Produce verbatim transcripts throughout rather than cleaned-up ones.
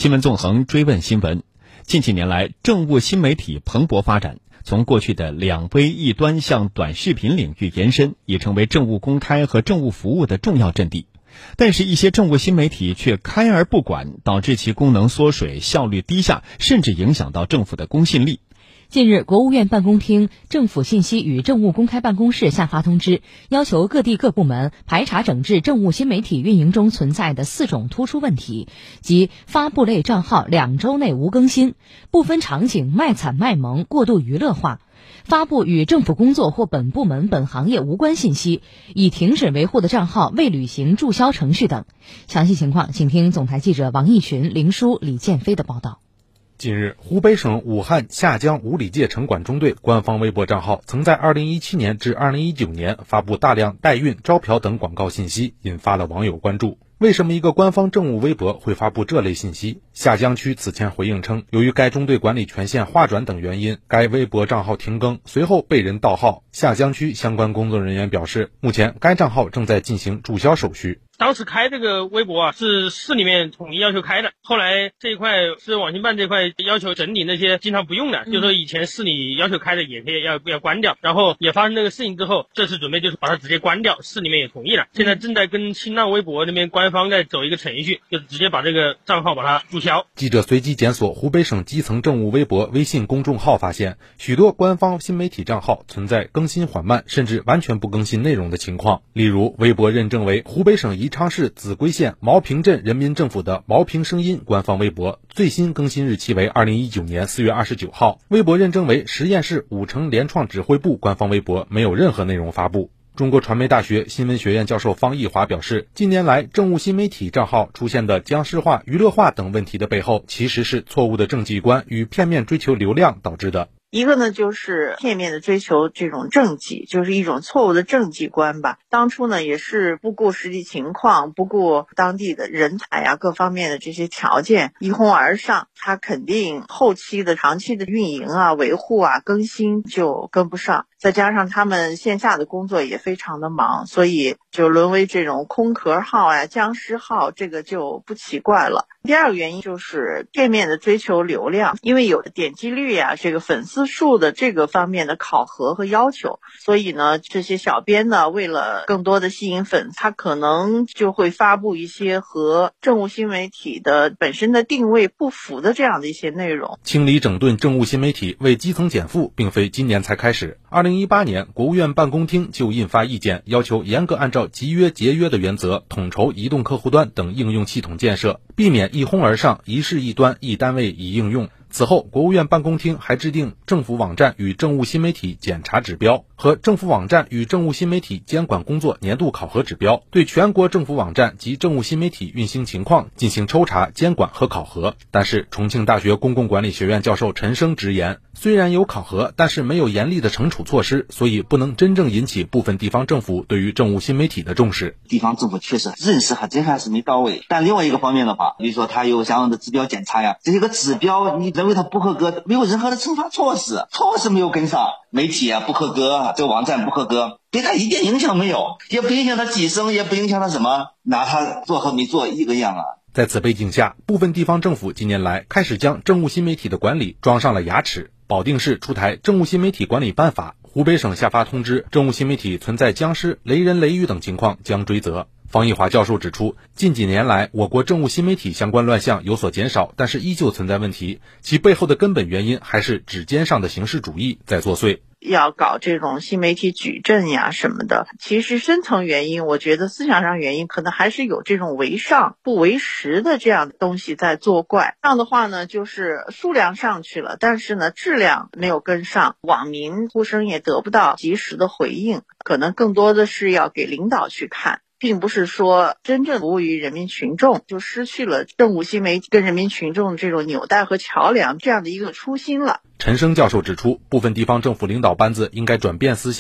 新闻纵横追问新闻。近几年来，政务新媒体蓬勃发展，从过去的两微一端向短视频领域延伸，已成为政务公开和政务服务的重要阵地。但是，一些政务新媒体却开而不管，导致其功能缩水、效率低下，甚至影响到政府的公信力。 近日，国务院办公厅政府信息与政务公开办公室下发通知，要求各地各部门排查整治政务新媒体运营中存在的四种突出问题，即发布类账号两周内无更新，部分场景卖惨卖萌、过度娱乐化，发布与政府工作或本部门本行业无关信息，已停止维护的账号未履行注销程序等。详细情况，请听总台记者王毅群、林舒、李建飞的报道。 近日，湖北省武汉下江五里界城管中队官方微博账号曾在二零一七年至二零一九年发布大量代孕、招嫖等广告信息，引发了网友关注。为什么一个官方政务微博会发布这类信息？下江区此前回应称，由于该中队管理权限划转等原因，该微博账号停更，随后被人盗号。下江区相关工作人员表示，目前该账号正在进行注销手续。 当时开这个微博啊，是市里面统一要求开的，后来这一块是网信办这块要求整理那些经常不用的，嗯、就是说以前市里要求开的也可以要要关掉，然后也发生这个事情之后，这次准备就是把它直接关掉，市里面也同意了，现在正在跟新浪微博那边官方在走一个程序，就是直接把这个账号把它注销。 记者随即检索湖北省基层政务微博微信公众号，发现许多官方新媒体账号存在更新缓慢甚至完全不更新内容的情况，例如微博认证为湖北省宜昌市秭归县毛坪镇人民政府的毛坪声音官方微博，最新更新日期为二零一九年四月二十九号。微博认证为十堰市五城联创指挥部官方微博，没有任何内容发布。中国传媒大学新闻学院教授方毅华表示，近年来政务新媒体账号出现的僵尸化、娱乐化等问题的背后，其实是错误的政绩观与片面追求流量导致的。 一个呢，就是片面的追求这种政绩，就是一种错误的政绩观吧。当初呢，也是不顾实际情况，不顾当地的人才啊各方面的这些条件，一哄而上，他肯定后期的长期的运营啊、维护啊、更新就跟不上。再加上他们线下的工作也非常的忙，所以就沦为这种空壳号啊、僵尸号，这个就不奇怪了。第二个原因就是片面的追求流量，因为有点击率啊、这个粉丝数的这个方面的考核和要求，所以呢，这些小编呢，为了更多的吸引粉丝，他可能就会发布一些和政务新媒体的本身的定位不符的这样的一些内容。 清理整顿政务新媒体，为基层减负，并非今年才开始。二零一八年，国务院办公厅就印发意见，要求严格按照集约节约的原则，统筹移动客户端等应用系统建设，避免一哄而上、一事一端、一单位一应用。此后，国务院办公厅还制定政府网站与政务新媒体检查指标和政府网站与政务新媒体监管工作年度考核指标，对全国政府网站及政务新媒体运行情况进行抽查、监管和考核。但是，重庆大学公共管理学院教授陈生直言，虽然有考核，但是没有严厉的惩处措施，所以不能真正引起部分地方政府对于政务新媒体的重视。 地方政府确实认识还真还是没到位，但另外一个方面的话，比如说它有相应的指标检查呀，这些个指标你认为它不合格，没有任何的惩罚措施，措施没有跟上，媒体啊不合格，这个网站不合格，对它一点影响没有，也不影响它晋升，也不影响它什么，拿它做和没做一个样啊。 在此背景下，部分地方政府近年来开始将政务新媒体的管理装上了牙齿。保定市出台《政务新媒体管理办法》，湖北省下发通知，政务新媒体存在僵尸、雷人雷语等情况将追责。方毅华教授指出，近几年来，我国政务新媒体相关乱象有所减少，但是依旧存在问题，其背后的根本原因还是指尖上的形式主义在作祟。 要搞这种新媒体矩阵呀什么的，其实深层原因，我觉得思想上原因可能还是有这种为上不为实的这样的东西在作怪。这样的话呢，就是数量上去了，但是呢质量没有跟上，网民呼声也得不到及时的回应，可能更多的是要给领导去看，并不是说真正服务于人民群众，就失去了政务新媒体跟人民群众这种纽带和桥梁这样的一个初心了。 陈生教授指出，部分地方政府领导班子应该转变思想，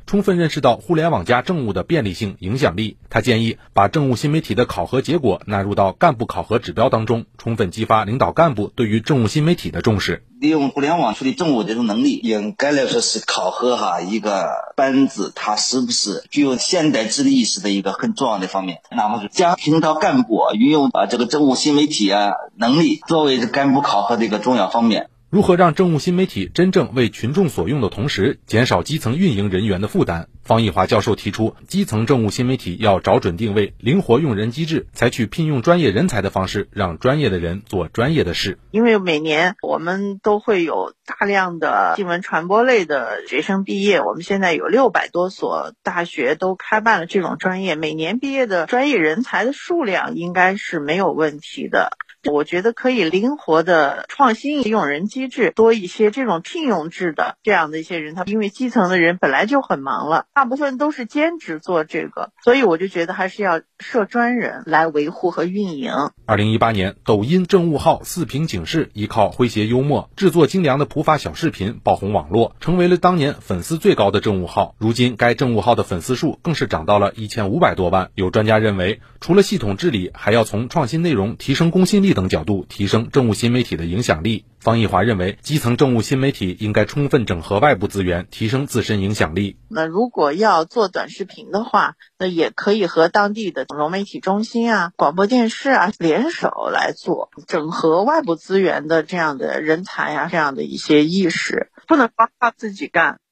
充分认识到互联网加政务的便利性、影响力。他建议把政务新媒体的考核结果纳入到干部考核指标当中，充分激发领导干部对于政务新媒体的重视。 利用互联网处理政务这种能力，应该来说是考核哈一个班子他是不是具有现代治理意识的一个很重要的方面。那么将领导干部运用啊这个政务新媒体啊能力作为干部考核的一个重要方面。 如何让政务新媒体真正为群众所用的同时，减少基层运营人员的负担？方毅华教授提出，基层政务新媒体要找准定位，灵活用人机制，采取聘用专业人才的方式，让专业的人做专业的事。 因为每年我们都会有大量的新闻传播类的学生毕业，我们现在有六百多所大学都开办了这种专业，每年毕业的专业人才的数量应该是没有问题的。我觉得可以灵活的创新用人机制，多一些这种聘用制的这样的一些人，他因为基层的人本来就很忙了，大部分都是兼职做这个，所以我就觉得还是要设专人来维护和运营。 二零一八年，抖音政务号四平警示依靠诙谐幽默、制作精良的普法小视频爆红网络，成为了当年粉丝最高的政务号。如今该政务号的粉丝数更是涨到了一千五百多万。有专家认为，除了系统治理，还要从创新内容、提升公信力等角度提升政务新媒体的影响力。方毅华认为，基层政务新媒体应该充分整合外部资源，提升自身影响力。 那如果要做短视频的话，那也可以和当地的融媒体中心啊、广播电视啊联手来做，整合外部资源的这样的人才啊，这样的一些意识，不能光靠自己干。